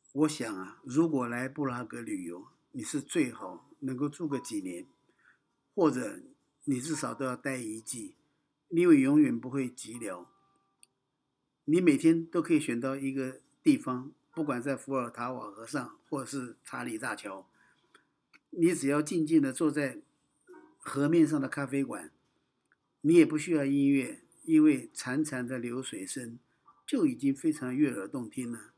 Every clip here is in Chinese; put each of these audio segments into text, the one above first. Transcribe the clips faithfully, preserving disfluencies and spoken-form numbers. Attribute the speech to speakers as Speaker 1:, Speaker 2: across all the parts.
Speaker 1: 我想啊，如果来布拉格旅游，你是最好能够住个几年，或者你至少都要待一季，因为永远不会寂寥。你每天都可以选到一个地方，不管在伏尔塔瓦河上，或者是查理大桥，你只要静静的坐在河面上的咖啡馆，你也不需要音乐，因为潺潺的流水声就已经非常悦耳动听了。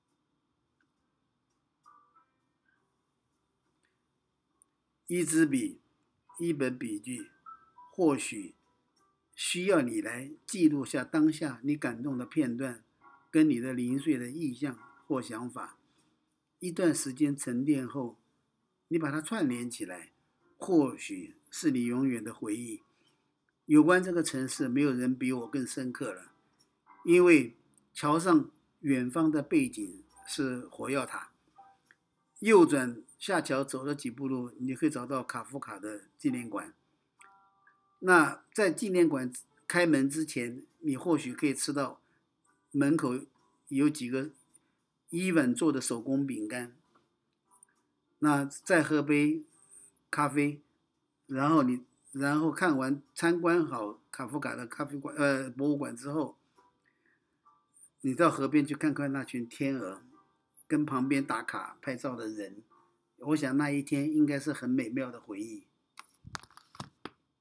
Speaker 1: 一支笔，一本笔记，或许需要你来记录下当下你感动的片段，跟你的零碎的意象或想法。一段时间沉淀后，你把它串联起来，或许是你永远的回忆。有关这个城市，没有人比我更深刻了，因为桥上远方的背景是火药塔，右转下桥走了几步路，你可以找到卡夫卡的纪念馆。那在纪念馆开门之前，你或许可以吃到门口有几个伊万做的手工饼干。那再喝杯咖啡，然后你然后看完参观好卡夫卡的咖啡馆呃博物馆之后，你到河边去看看那群天鹅，跟旁边打卡拍照的人，我想那一天应该是很美妙的回忆。